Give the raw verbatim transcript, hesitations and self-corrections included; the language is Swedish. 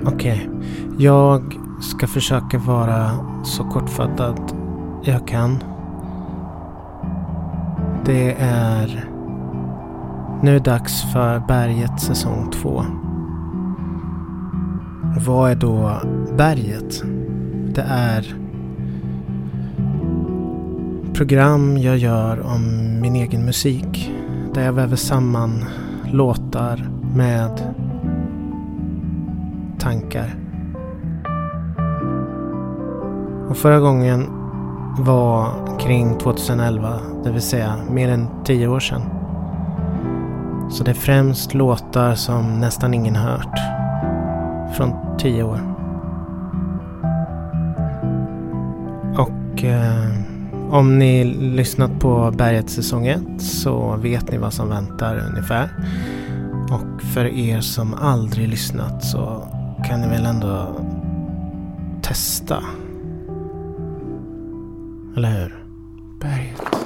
Okej, jag ska försöka vara så kortfattad jag kan. Det är nu dags för Berget säsong två. Vad är då Berget? Det är program jag gör om min egen musik. Där jag väver samman låtar med tankar. Och förra gången var kring tjugoelva, det vill säga mer än tio år sedan. Så det är främst låtar som nästan ingen hört från tio år. Och eh, om ni lyssnat på Berget säsong ett så vet ni vad som väntar ungefär. Och för er som aldrig lyssnat så kan ni väl ändå testa. Eller hur? Berget.